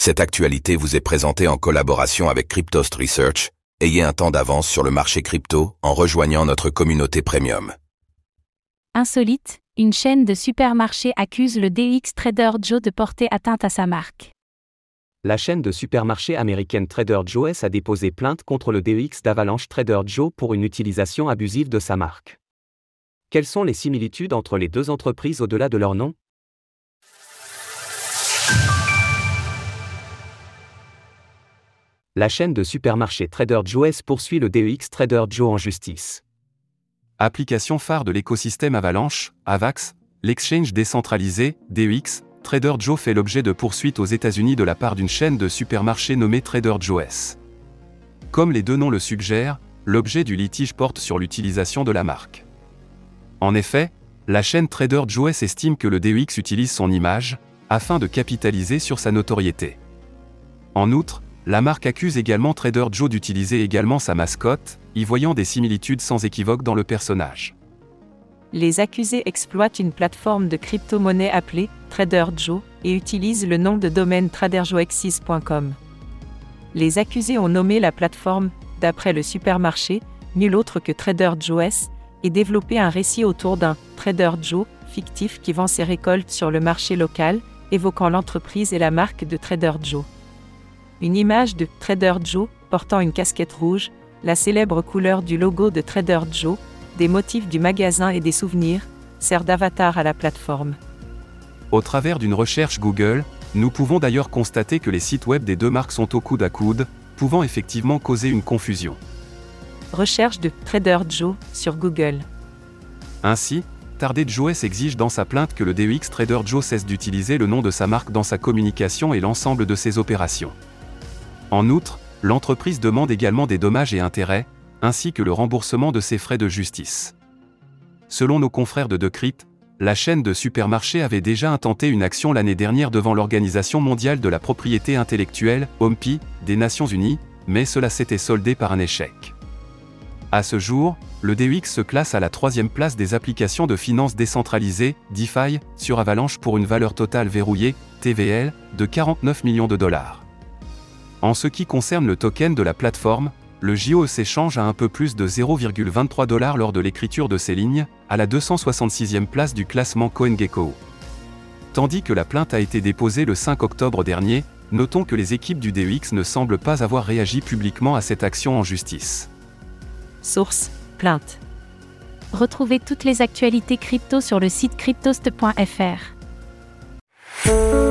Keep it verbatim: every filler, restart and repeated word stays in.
Cette actualité vous est présentée en collaboration avec Cryptost Research. Ayez un temps d'avance sur le marché crypto en rejoignant notre communauté premium. Insolite, une chaîne de supermarchés accuse le D E X Trader Joe de porter atteinte à sa marque. La chaîne de supermarchés américaine Trader Joe's a déposé plainte contre le D E X d'Avalanche Trader Joe pour une utilisation abusive de sa marque. Quelles sont les similitudes entre les deux entreprises au-delà de leur nom ? La chaîne de supermarchés Trader Joe's poursuit le D E X Trader Joe en justice. Application phare de l'écosystème Avalanche, Avax, l'exchange décentralisé, D E X, Trader Joe fait l'objet de poursuites aux États-Unis de la part d'une chaîne de supermarchés nommée Trader Joe's. Comme les deux noms le suggèrent, l'objet du litige porte sur l'utilisation de la marque. En effet, la chaîne Trader Joe's estime que le D E X utilise son image, afin de capitaliser sur sa notoriété. En outre, la marque accuse également Trader Joe d'utiliser également sa mascotte, y voyant des similitudes sans équivoque dans le personnage. Les accusés exploitent une plateforme de crypto-monnaie appelée Trader Joe et utilisent le nom de domaine trader joe exis point com. Les accusés ont nommé la plateforme, d'après le supermarché, nul autre que Trader Joe's, et développé un récit autour d'un Trader Joe fictif qui vend ses récoltes sur le marché local, évoquant l'entreprise et la marque de Trader Joe. Une image de Trader Joe, portant une casquette rouge, la célèbre couleur du logo de Trader Joe, des motifs du magasin et des souvenirs, sert d'avatar à la plateforme. Au travers d'une recherche Google, nous pouvons d'ailleurs constater que les sites web des deux marques sont au coude à coude, pouvant effectivement causer une confusion. Recherche de Trader Joe sur Google. Ainsi, Trader Joe's exige dans sa plainte que le D E X Trader Joe cesse d'utiliser le nom de sa marque dans sa communication et l'ensemble de ses opérations. En outre, l'entreprise demande également des dommages et intérêts, ainsi que le remboursement de ses frais de justice. Selon nos confrères de Decrypt, la chaîne de supermarchés avait déjà intenté une action l'année dernière devant l'Organisation mondiale de la propriété intellectuelle, O M P I, des Nations Unies, mais cela s'était soldé par un échec. À ce jour, le D E X se classe à la troisième place des applications de finances décentralisées, DeFi, sur Avalanche pour une valeur totale verrouillée, T V L, de quarante-neuf millions de dollars. En ce qui concerne le token de la plateforme, le J O E s'échange à un peu plus de zéro virgule vingt-trois dollars lors de l'écriture de ces lignes, à la deux cent soixante-sixième place du classement CoinGecko. Tandis que la plainte a été déposée le cinq octobre dernier, notons que les équipes du D E X ne semblent pas avoir réagi publiquement à cette action en justice. Source, plainte. Retrouvez toutes les actualités crypto sur le site cryptost point f r.